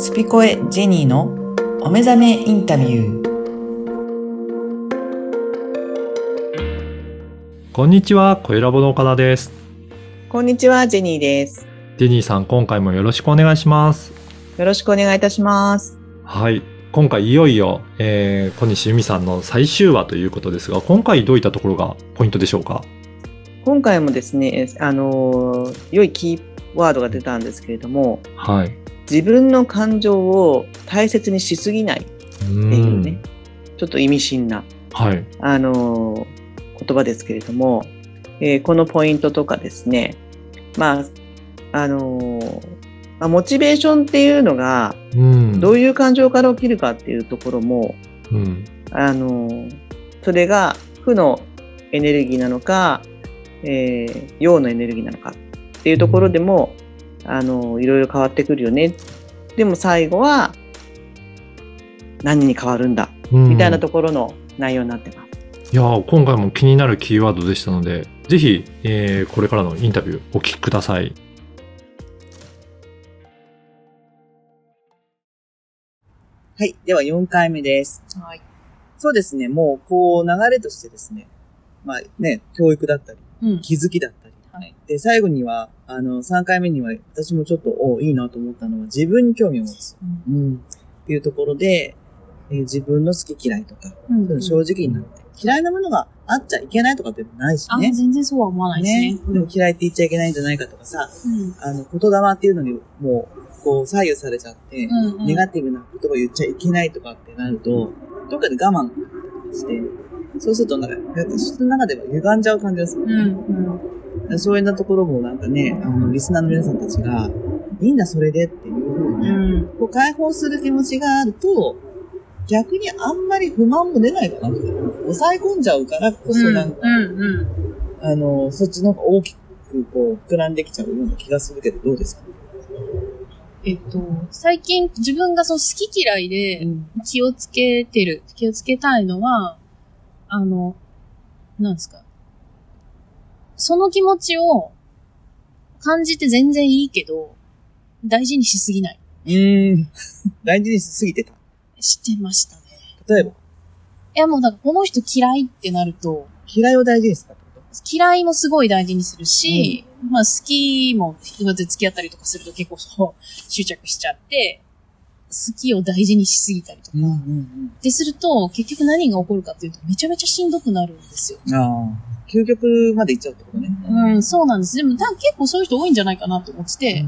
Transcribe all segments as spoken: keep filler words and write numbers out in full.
スピコエジェニーのお目覚めインタビュー。 こんにちは、声ラボの岡田です。 こんにちは、ジェニーです。 ジェニーさん、今回もよろしくお願いします。 よろしくお願いいたします。 はい、今回いよいよ、えー、小西由美さんの最終話ということですが、今回どういったところがポイントでしょうか？ 今回もですね、あの良いキーワードが出たんですけれども、はい、自分の感情を大切にしすぎないっていうね、ちょっと意味深な、はい、あの言葉ですけれども、えー、このポイントとかですね、まああのまあ、モチベーションっていうのがどういう感情から起きるかっていうところも、うん、あのそれが負のエネルギーなのか、えー、陽のエネルギーなのかっていうところでも、うん、あのいろいろ変わってくるよね。でも最後は何に変わるんだ、うん、みたいなところの内容になってます。 いや今回も気になるキーワードでしたので、ぜひ、えー、これからのインタビューお聞きください。 はい。ではよんかいめです。はい。そうですね。もう、こう、流れとしてですね。まあね、教育だったり、うん、気づきだったり。はい。で、最後には、あの、さんかいめには、私もちょっと、おいいなと思ったのは、自分に興味を持つ。うん。うん、っていうところで、えー、自分の好き嫌いとか、うんうん、正直になって、嫌いなものがあっちゃいけないとかってないしね。 あ、全然そうは思わないですね。 ね。でも嫌いって言っちゃいけないんじゃないかとかさ、うん、あの、言霊っていうのに、もう、こう左右されちゃって、うんうん、ネガティブな言葉言っちゃいけないとかってなると、どっかで我慢して、そうするとなんか、私の中では歪んじゃう感じがする、ね。うんうん、そういうようなところもなんかね、あの、リスナーの皆さんたちが、いいんだそれでっていうふうに、うん、こう解放する気持ちがあると、逆にあんまり不満も出ないかなって。抑え込んじゃうからこそなんか、うんうんうん、あの、そっちの方が大きくこう、膨らんできちゃうような気がするけど、どうですかね？ えっと、最近自分がその好き嫌いで気をつけてる、うん、気をつけたいのは、あの、なんですか。その気持ちを感じて全然いいけど、大事にしすぎない。 うーん。大事にしすぎてた。 してましたね。 例えば？いやもうだからこの人嫌いってなると。 嫌いを大事にしたってこと？ 嫌いもすごい大事にするし、うん、まあ好きも人で付き合ったりとかすると結構そう執着しちゃって、好きを大事にしすぎたりとか。うんうんうん、ですると結局何が起こるかっていうとめちゃめちゃしんどくなるんですよ。 ああ。究極までいっちゃうってことね。 うん、そうなんです。でも多分結構そういう人多いんじゃないかなと思ってて、うんうん、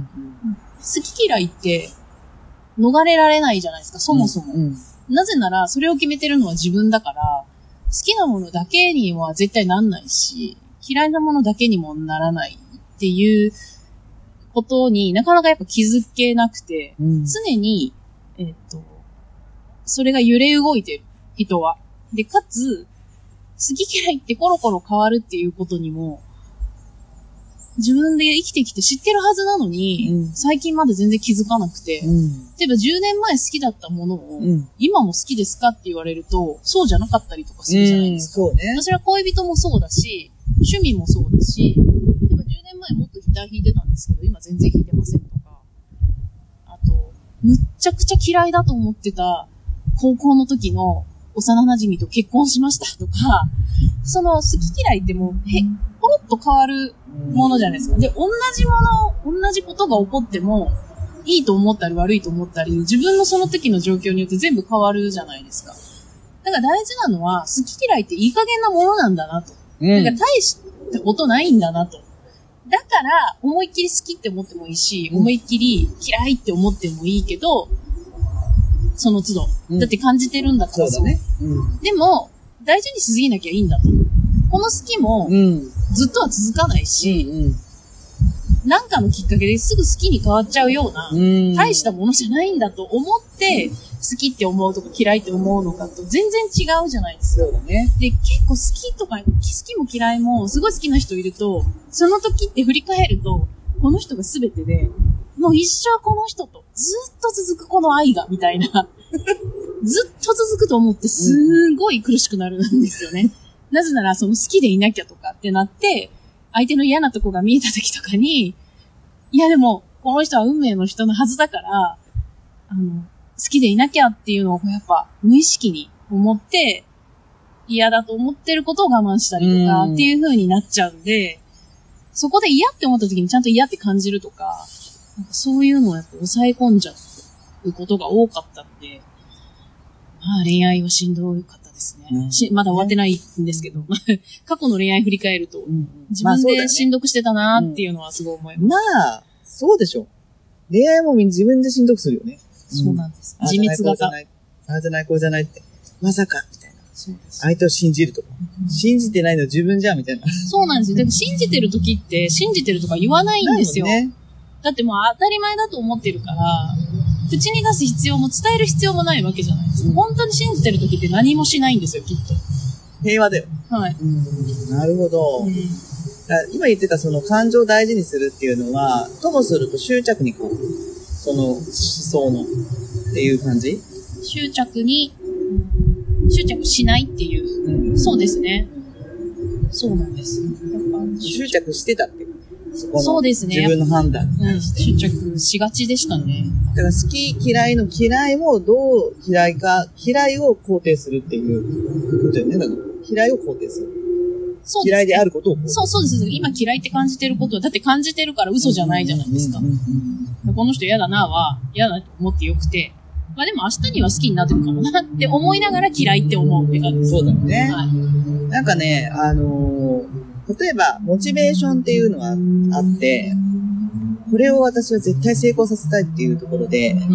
好き嫌いって逃れられないじゃないですか、そもそも。うんうん、なぜならそれを決めてるのは自分だから、好きなものだけには絶対なんないし、嫌いなものだけにもならないっていうことになかなかやっぱ気づけなくて、うん、常に、えっと、それが揺れ動いてる人は。で、かつ、好き嫌いってコロコロ変わるっていうことにも、自分で生きてきて知ってるはずなのに、うん、最近まで全然気づかなくて、うん、例えばじゅうねんまえ好きだったものを、うん、今も好きですかって言われると、そうじゃなかったりとかするじゃないですか。うん、そうね。私は恋人もそうだし、趣味もそうだし、例えばじゅうねんまえもっとギター弾いてたんですけど、今全然弾いてませんとか、あと、むっちゃくちゃ嫌いだと思ってた高校の時の幼馴染と結婚しましたとか、その好き嫌いってもう、へ、ポロッと変わるものじゃないですか。で、同じもの、同じことが起こっても、いいと思ったり悪いと思ったり、自分のその時の状況によって全部変わるじゃないですか。だから大事なのは、好き嫌いっていい加減なものなんだなと。うん、だから大したことないんだなと。だから、思いっきり好きって思ってもいいし、うん、思いっきり嫌いって思ってもいいけど、その都度。うん、だって感じてるんだから。そうだね。うん、でも、大事にしすぎなきゃいいんだと。この好きも、ずっとは続かないし、うんうん、なんかのきっかけですぐ好きに変わっちゃうような、うん、大したものじゃないんだと思って、好きって思うとか嫌いって思うのかと全然違うじゃないですか。そうだね。で、結構好きとか、好きも嫌いもすごい好きな人いると、その時って振り返ると、この人が全てで、もう一生この人とずっと続くこの愛が、みたいな。ずっと続くと思ってすーごい苦しくなるんですよね。なぜならその好きでいなきゃとかってなって、相手の嫌なとこが見えた時とかに、いやでも、この人は運命の人のはずだから、 あの、好きでいなきゃっていうのをやっぱ無意識に思って、嫌だと思ってることを我慢したりとかっていう風になっちゃうんで、そこで嫌って思った時にちゃんと嫌って感じるとか、なんかそういうのをやっぱ抑え込んじゃうことが多かったんで、まあ恋愛はしんどかったですね。うん、しまだ終わってないんですけど、うん、過去の恋愛振り返ると、うん、自分でしんどくしてたなーっていうのはすごい思います。 まあ、まあ、そうでしょ。恋愛も自分でしんどくするよね。 そうなんです。自密型。 ああじゃない、こうじゃないって。まさか、みたいな。そうです。相手を信じるとか。うん、信じてないの自分じゃん、みたいな。 そうなんですよ。でも信じてる時って、信じてるとか言わないんですよ。ね、だってもう当たり前だと思ってるから、口に出す必要も伝える必要もないわけじゃないですか。うん、本当に信じてる時って何もしないんですよ、きっと。 平和だよ。 はい。 うん、なるほど。うん、今言ってたその感情を大事にするっていうのは、ともすると執着に変わる。その思想のっていう感じ？ 執着に、執着しないっていう。うん、そうですね。そうなんです。やっぱ執着してたって。 そこのそうですね。 自分の判断に対して、 うん。執着しがちでしたね。 だから好き嫌いの嫌いをどう嫌いか、嫌いを肯定するっていうことよね。だから嫌いを肯定する。そうですね。嫌いであることを肯定する。 そうそうです。今嫌いって感じてることは、だって感じてるから嘘じゃないじゃないですか。この人嫌だなは嫌だと思ってよくて、まあでも明日には好きになってるかもなって思いながら嫌いって思うって感じです。 そうだよね。はい。なんかね、あのー、例えば、モチベーションっていうのがあって、これを私は絶対成功させたいっていうところで、うん、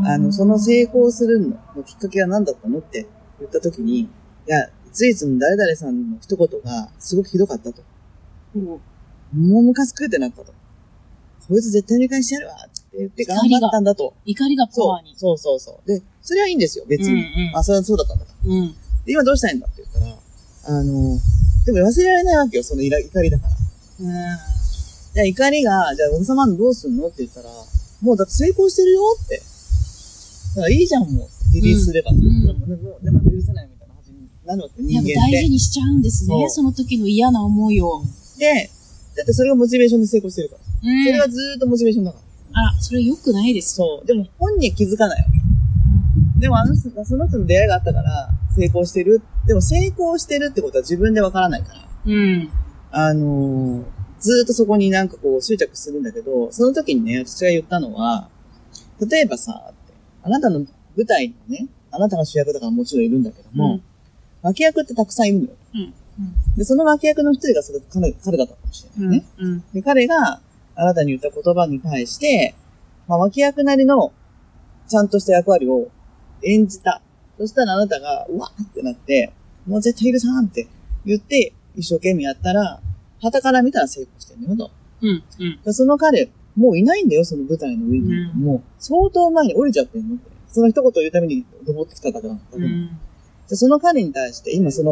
あの、その成功するのきっかけは何だったのって言ったときに、いや、いついつの誰々さんの一言がすごくひどかったと。うん、もうムカつくってなったと。こいつ絶対見返してやるわって言って頑張ったんだと。 怒りがパワーに。 そうそうそう。で、それはいいんですよ、別に。うんうん、あ、それはそうだったんだと。うん、で、今どうしたいんだって言ったら、あの、でも忘れられないわけよ、その怒りだから。うん、じゃあ怒りが、じゃあ収まるのどうすんのって言ったら、もうだって成功してるよって。だからいいじゃん、もう。リリースすれば。うん、でも、でも許せないみたいな話になるわけ、人間って。 やっぱ大事にしちゃうんですね、その時の嫌な思いを。 で、だってそれがモチベーションで成功してるから。うん、それはずーっとモチベーションだから。 あら、それ良くないです。 そう。でも本人は気づかないわけ。うん、でもあの人、その人の出会いがあったから成功してる。でも成功してるってことは自分でわからないから。うん。あのー、ずーっとそこになんかこう執着するんだけど、その時にね、私が言ったのは、例えばさ、あなたの舞台のね、あなたが主役だからもちろんいるんだけども、うん、脇役ってたくさんいるのよ。うんうん、で、その脇役の一人がそれ彼、彼だったかもしれないね、うんうん。で、彼があなたに言った言葉に対して、まあ、脇役なりのちゃんとした役割を演じた。そしたらあなたが、うわーってなって、もう絶対許さんって言って、一生懸命やったら、旗から見たら成功してるのよと。うんうん、その彼、もういないんだよ、その舞台の上に。うん、もう相当前に降りちゃってるのって。その一言を言うために登ってきただけなんだけど。うん、でその彼に対して、今その、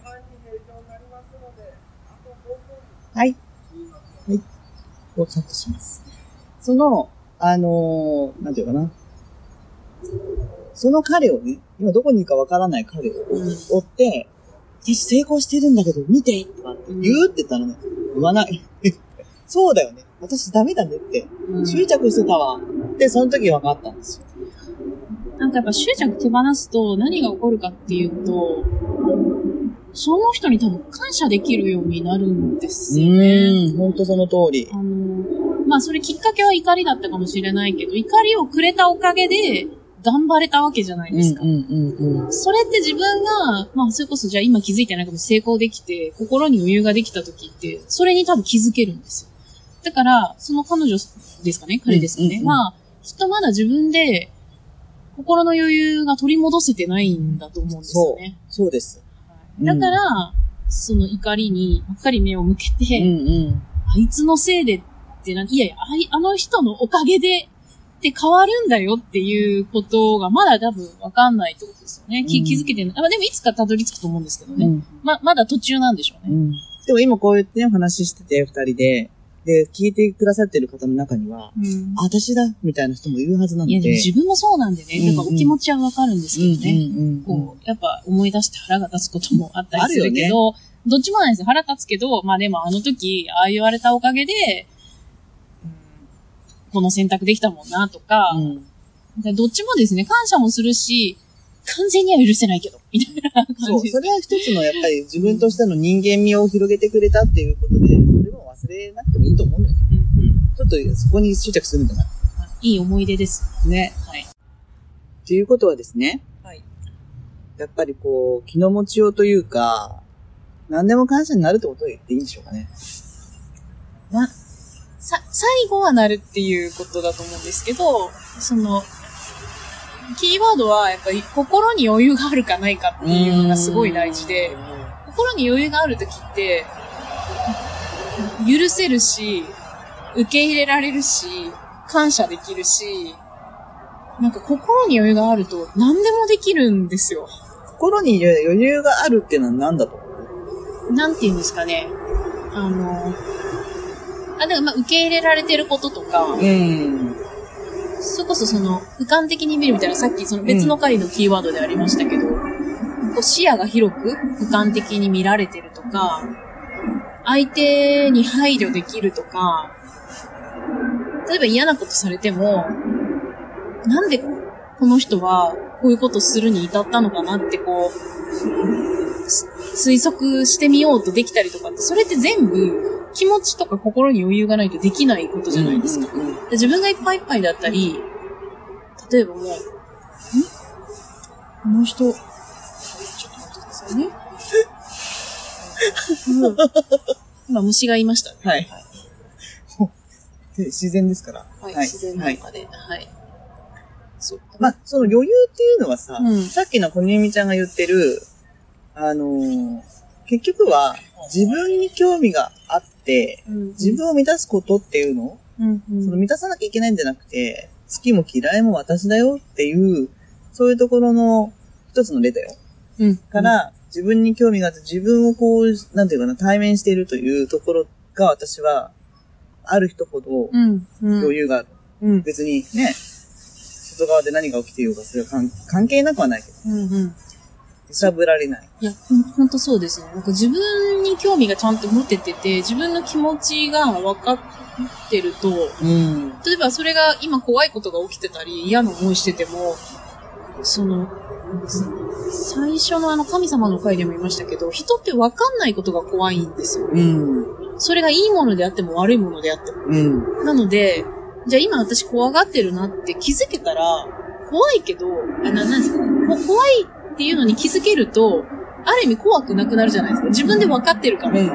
はい。はい。こうカットします。その、あのー、なんていうかな。その彼をね、今どこにいるかわからない彼を追って、うん、私成功してるんだけど、見てとかって言うって言ったらね、言わない。そうだよね。私ダメだねって。うん、執着してたわ。で、その時分かったんですよ。 なんかやっぱ執着手放すと何が起こるかっていうと、その人に多分感謝できるようになるんですよね。 うん、ほんとその通り。 あの、まあそれきっかけは怒りだったかもしれないけど、怒りをくれたおかげで頑張れたわけじゃないですか。うんうんうんうん、それって自分が、まあそれこそじゃあ今気づいてないけど成功できて、心に余裕ができた時って、それに多分気づけるんですよ。だから、その彼女ですかね、彼ですかね。うんうんうん、まあ、きっとまだ自分で心の余裕が取り戻せてないんだと思うんですよね。 そう、そうです。 だから、うん、その怒りにばっかり目を向けて、うんうん、あいつのせいでってな、いやいや、あの人のおかげでって変わるんだよっていうことがまだ多分わかんないってことですよね。うん、気づけてない。あ、でもいつかたどり着くと思うんですけどね。うん、ま、まだ途中なんでしょうね。うん、 でも今こう言ってね、お話ししてて、二人で、で、聞いてくださってる方の中には、うん、あ、私だみたいな人もいるはずなので。いや、でも自分もそうなんでね。だからお気持ちはわかるんですけどね。うんうん、こう、やっぱ思い出して腹が立つこともあったりするけど、ね、どっちもなんですよ。腹立つけど、まあでもあの時、ああ言われたおかげで、うん、この選択できたもんなとか、うん、 どっちもですね、感謝もするし、完全には許せないけど、みたいな感じ。 そう、それは一つのやっぱり自分としての人間味を広げてくれたっていうことで、それも忘れなくてもいいと思うんだよね。うんうん、ちょっとそこに執着するんじゃない？ いい思い出です。 ね。はい。っていうことはですね。はい。やっぱりこう、気の持ちようというか、何でも感謝になるってことを言っていいんでしょうかね。 な、さ、最後はなるっていうことだと思うんですけど、その、キーワードはやっぱり心に余裕があるかないかっていうのがすごい大事で、心に余裕があるときって、許せるし、受け入れられるし、感謝できるし、なんか心に余裕があると何でもできるんですよ。 心に余裕があるっていうのは何だと？ なんて言うんですかね。あの、あ、だからまあ受け入れられてることとか、うん。それこそその、俯瞰的に見るみたいな、さっきその別の回のキーワードでありましたけど、うん、こう視野が広く俯瞰的に見られてるとか、相手に配慮できるとか、例えば嫌なことされても、なんでこの人はこういうことするに至ったのかなってこう、推測してみようとできたりとかって、それって全部気持ちとか心に余裕がないとできないことじゃないですか。うんうんうん、自分がいっぱいいっぱいだったり、例えばもう、んこの人、ちょっと待ってくださいね。うん、今虫がいましたね。はい。はい、 自然ですから。 はい。はい、自然の中で。はい。はい、 そう。まあ、その余裕っていうのはさ、うん、さっきの小にみちゃんが言ってる、あのー、結局は自分に興味があって、うんうん、自分を満たすことっていうの、うんうん、その満たさなきゃいけないんじゃなくて、好きも嫌いも私だよっていう、そういうところの一つの例だよ。うん、から、自分に興味があって自分をこう、なんていうかな、対面しているというところが私は、ある人ほど余裕がある。うんうん、別にね、外側で何が起きていようか、それは関係なくはないけど。うんうん揺さぶられない。 いや、ほん、ほんとそうですね。なんか自分に興味がちゃんと持ててて、自分の気持ちが分かってると、うん、例えばそれが今怖いことが起きてたり、嫌な思いしてても、その、最初のあの神様の回でも言いましたけど、人って分かんないことが怖いんですよ。うん、それがいいものであっても悪いものであっても。うん、なので、じゃあ今私怖がってるなって気づけたら、怖いけど、あ、な、なんですかね、怖いっていうのに気づけると、ある意味怖くなくなるじゃないですか。自分で分かってるから。うんうん、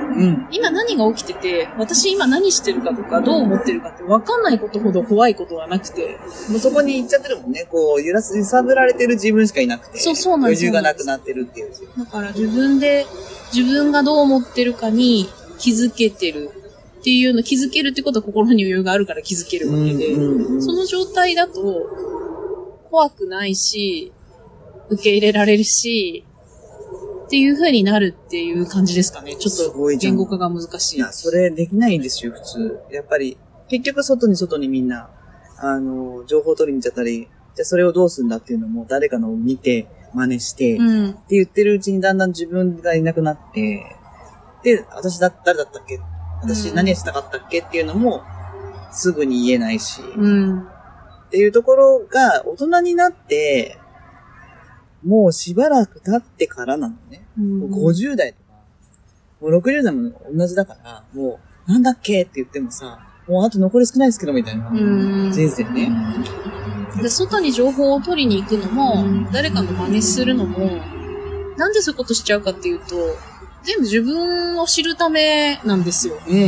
今何が起きてて、私今何してるかとか、どう思ってるかって分かんないことほど怖いことはなくて。 もうそこに行っちゃってるもんね。こう、揺らす、揺さぶられてる自分しかいなくて。 そうそうなんです。 余裕がなくなってるっていう。 だから自分で、自分がどう思ってるかに気づけてるっていうの、気づけるってことは心に余裕があるから気づけるわけで、うんうんうん、その状態だと、怖くないし、受け入れられるし、っていう風になるっていう感じですかね。ちょっと言語化が難しい。 いや、それできないんですよ、普通。やっぱり、結局外に外にみんな、あの、情報を取りに行っちゃったり、じゃあそれをどうするんだっていうのも誰かのを見て、真似して、うん、って言ってるうちにだんだん自分がいなくなって、で、私だ、誰だったっけ私何したかったっけっていうのも、すぐに言えないし、うん、っていうところが大人になって、もうしばらく経ってからなのね。うん、もうごじゅう代とか、もうろくじゅう代も同じだから、もう、なんだっけって言ってもさ、もうあと残り少ないですけど、みたいな。人生ね。 で、外に情報を取りに行くのも、誰かの真似するのも、なんでそういうことしちゃうかっていうと、全部自分を知るためなんですよ。うんうんうん、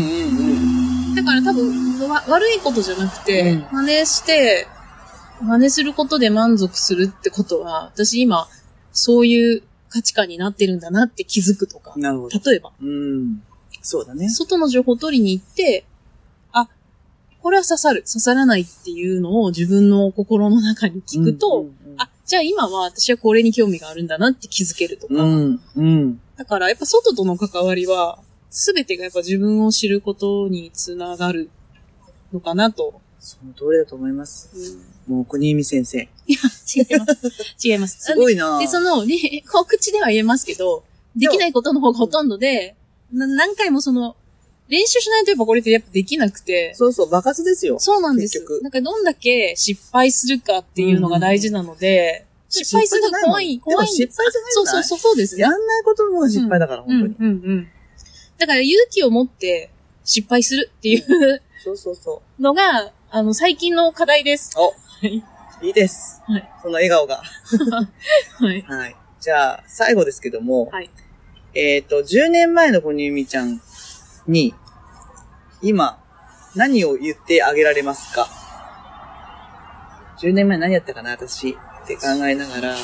だから多分、わ悪いことじゃなくて、うん、真似して、真似することで満足するってことは、私今、そういう価値観になってるんだなって気づくとか。なるほど。例えば。 うん。そうだね。 外の情報を取りに行って、あ、これは刺さる、刺さらないっていうのを自分の心の中に聞くと、うんうんうん、あ、じゃあ今は私はこれに興味があるんだなって気づけるとか。うんうん、だからやっぱ外との関わりは、すべてがやっぱ自分を知ることにつながるのかなと。 その通りだと思います。うん、もう、国井美先生。 いや、違います。違います。 すごいなで、その、ね、こう口では言えますけど、できないことの方がほとんどで、な何回もその、 練習しないとやっぱこれってやっぱできなくて。 そうそう、爆発ですよ。 そうなんです。なんかどんだけ失敗するかっていうのが大事なので、うん、失敗するの怖い、怖い。 失敗じゃないそうそうそう、そうです、ね。 やんないことも失敗だから、うん、本当に。うんうんうん。 だから勇気を持って失敗するっていう、 そうそうそう。 のが、あの、最近の課題です。 おいいです。はい。その笑顔が。 はい。 はい。じゃあ、最後ですけども、 はい。 えっと、じゅうねんまえの小にゆみちゃんに、今、何を言ってあげられますか？ じゅう 年前何やったかな、私って考えながら、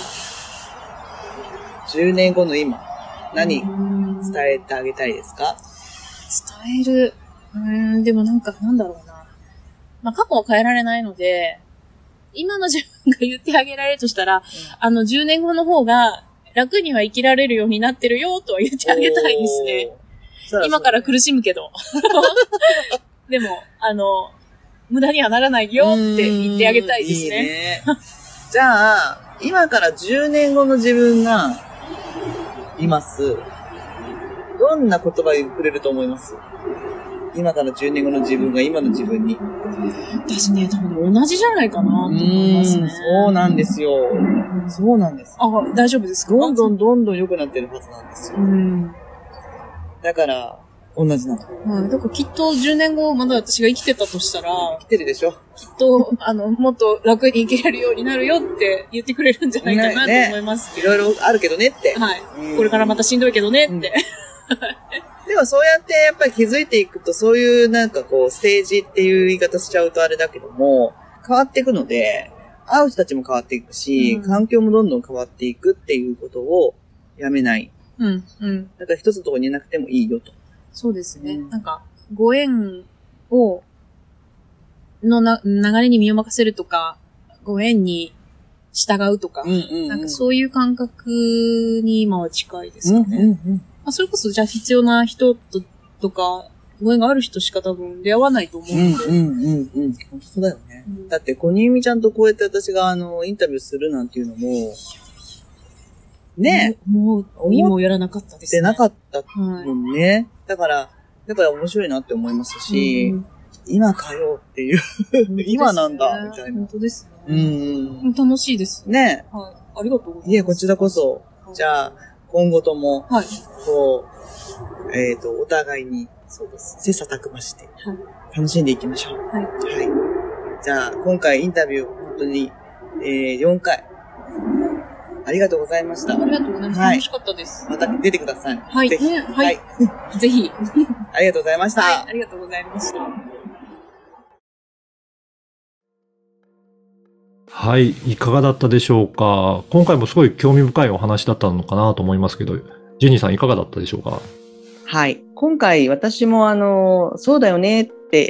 じゅうねんごの今、何伝えてあげたいですか？ 伝える。うーん、でもなんか、なんだろうな。まあ、過去は変えられないので、今の自分が言ってあげられるとしたら、うん、あの、じゅうねんごの方が楽には生きられるようになってるよとは言ってあげたいですね。今から苦しむけど。でも、あの、無駄にはならないよって言ってあげたいですね。いいね。 じゃあ、今からじゅうねんごの自分がいます。どんな言葉言ってくれると思います？今からじゅうねんごの自分が今の自分に。 私ね、多分同じじゃないかなと思いますね。 そうなんですよ。そうなんです。 あ、大丈夫ですか？ どんどんどんどん良くなってるはずなんですよ。うんだから、同じなの。 はい。だからきっとじゅうねんごまだ私が生きてたとしたら、 生きてるでしょ。 きっと、あの、もっと楽に生きれるようになるよって言ってくれるんじゃないかなと思います。 ね、いろいろあるけどねって。 はい。これからまたしんどいけどねって。うん、でもそうやってやっぱり気づいていくと、そういうなんかこう、ステージっていう言い方しちゃうとあれだけども、変わっていくので、会う人たちも変わっていくし、うん、環境もどんどん変わっていくっていうことをやめない。 うん、うん。 だから一つのところにいなくてもいいよと。 そうですね。うん、なんか、ご縁を、のな、流れに身を任せるとか、ご縁に従うとか、うんうんうん、なんかそういう感覚に今は近いですかね。うんうんうんまあ、それこそじゃあ必要な人と、とか、ご縁がある人しか多分出会わないと思うので。 うんうんうんうん。本当そうだよね。うん、だって、小にゆみちゃんとこうやって私があの、インタビューするなんていうのも、ねえ。もう、思うやらなかったですね。 なかったもんね。はいだから、だから面白いなって思いますし、うん、今かよっていう、ね、今なんだ、みたいな。 本当ですね。うん。 楽しいです。 ねはい。ありがとうございます。 いえ、こちらこそ。はい、じゃあ、今後とも、はい。こう、えっ、ー、と、お互いに、そうです。切磋琢磨して、はい。楽しんでいきましょう。はい。はい。じゃあ、今回インタビュー、本当に、えー、よんかい。ありがとうございました。 ありがとうございます。はい、楽しかったです。 また出てください。 はい。 ぜひ。 ね、はい。はい、ぜひ。 ありがとうございました。 はい。ありがとうございました。 はい。いかがだったでしょうか。今回もすごい興味深いお話だったのかなと思いますけど、ジェニーさんいかがだったでしょうか。 はい。今回私もあの、そうだよねって、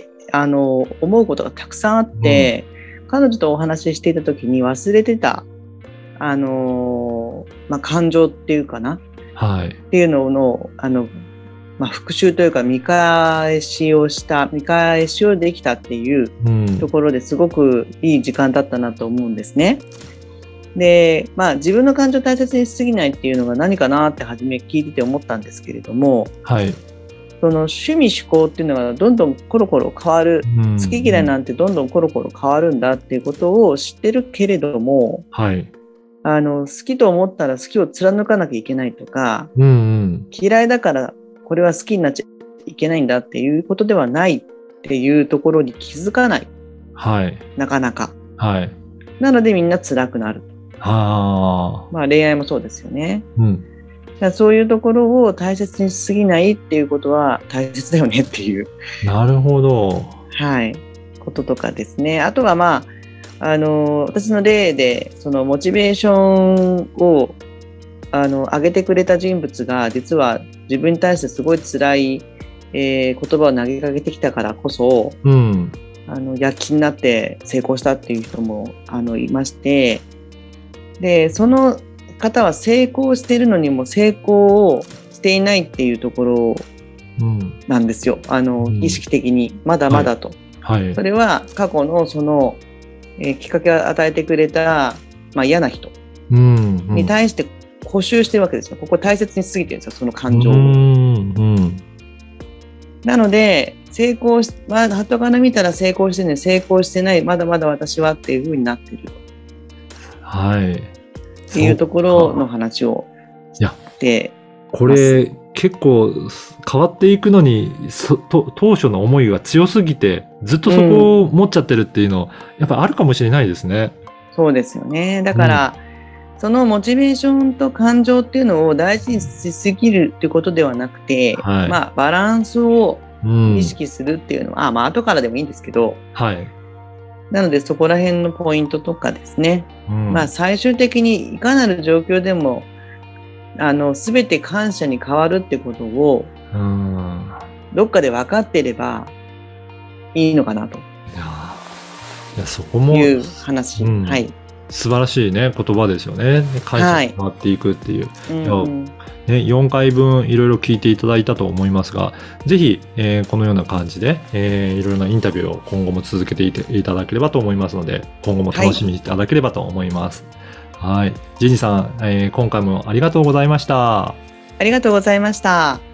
あの、思うことがたくさんあって、うん、彼女とお話ししていた時に忘れてたあのー、まあ、感情っていうかな、 はい、 っていうのの、あの、まあ、復習というか見返しをした、見返しをできたっていうところですごくいい時間だったなと思うんですね。で、まあ自分の感情を大切にしすぎないっていうのが何かなって初め聞いてて思ったんですけれども、 はい、 その趣味嗜好っていうのがどんどんコロコロ変わる、うん、好き嫌いなんてどんどんコロコロ変わるんだっていうことを知ってるけれども、 はいあの、好きと思ったら好きを貫かなきゃいけないとか、 うんうん、 嫌いだからこれは好きになっちゃいけないんだっていうことではないっていうところに気づかない。 はい。 なかなか。 はい。 なのでみんな辛くなる。 はあ。 まあ恋愛もそうですよね。 うん。 だそういうところを大切にしすぎないっていうことは大切だよねっていう。 なるほど。 はい。こととかですね。あとはまあ、あの、私の例で、そのモチベーションを、あの、上げてくれた人物が、実は自分に対してすごい辛い、えー、言葉を投げかけてきたからこそ、 うん、 あの、躍起になって成功したっていう人も、あの、いまして、で、その方は成功しているのにも成功をしていないっていうところなんですよ。あの、うん、意識的に、まだまだと。 はいはい、 それは過去のその、えー、きっかけを与えてくれた、まあ、嫌な人に対して固執してるわけですよ。ここ大切にしすぎてるんですよ、その感情を。 うんうん、 だなので、成功し、まあ、後から見たら成功してね、成功してない、まだまだ私はっていう風になってる。 はい。 っていうところの話をしてこれ、結構変わっていくのに、と当初の思いが強すぎて、ずっとそこを持っちゃってるっていうの、うん、やっぱあるかもしれないですね。 そうですよね。だから、うん、そのモチベーションと感情っていうのを大事にしすぎるっていうことではなくて、はい、まあ、バランスを意識するっていうのは、うん、あまあ、後からでもいいんですけど、 はい。 なので、そこら辺のポイントとかですね。うん、まあ、最終的にいかなる状況でも、あの、すべて感謝に変わるってことを、うん、どっかで分かっていればいいのかなと。いや、 いやそこも。 いう話。うん、はい。 素晴らしいね、言葉ですよね。感謝に変わっていくっていう。はいうんね、よんかいぶんいろいろ聞いていただいたと思いますが、ぜひ、えー、このような感じで、えー、いろいろなインタビューを今後も続けていていただければと思いますので、今後も楽しみにしていただければと思います。はい。はい。ジェニーさん、えー、今回もありがとうございました。 ありがとうございました。